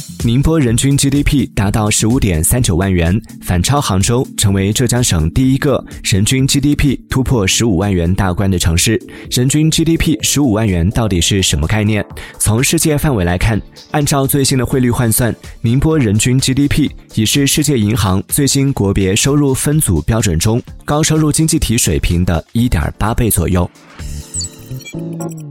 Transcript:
宁波人均 GDP 达到 15.39 万元，反超杭州，成为浙江省第一个人均 GDP 突破15万元大关的城市。人均 GDP 15万元到底是什么概念？从世界范围来看，按照最新的汇率换算，宁波人均 GDP 已是世界银行最新国别收入分组标准中高收入经济体水平的 1.8 倍左右。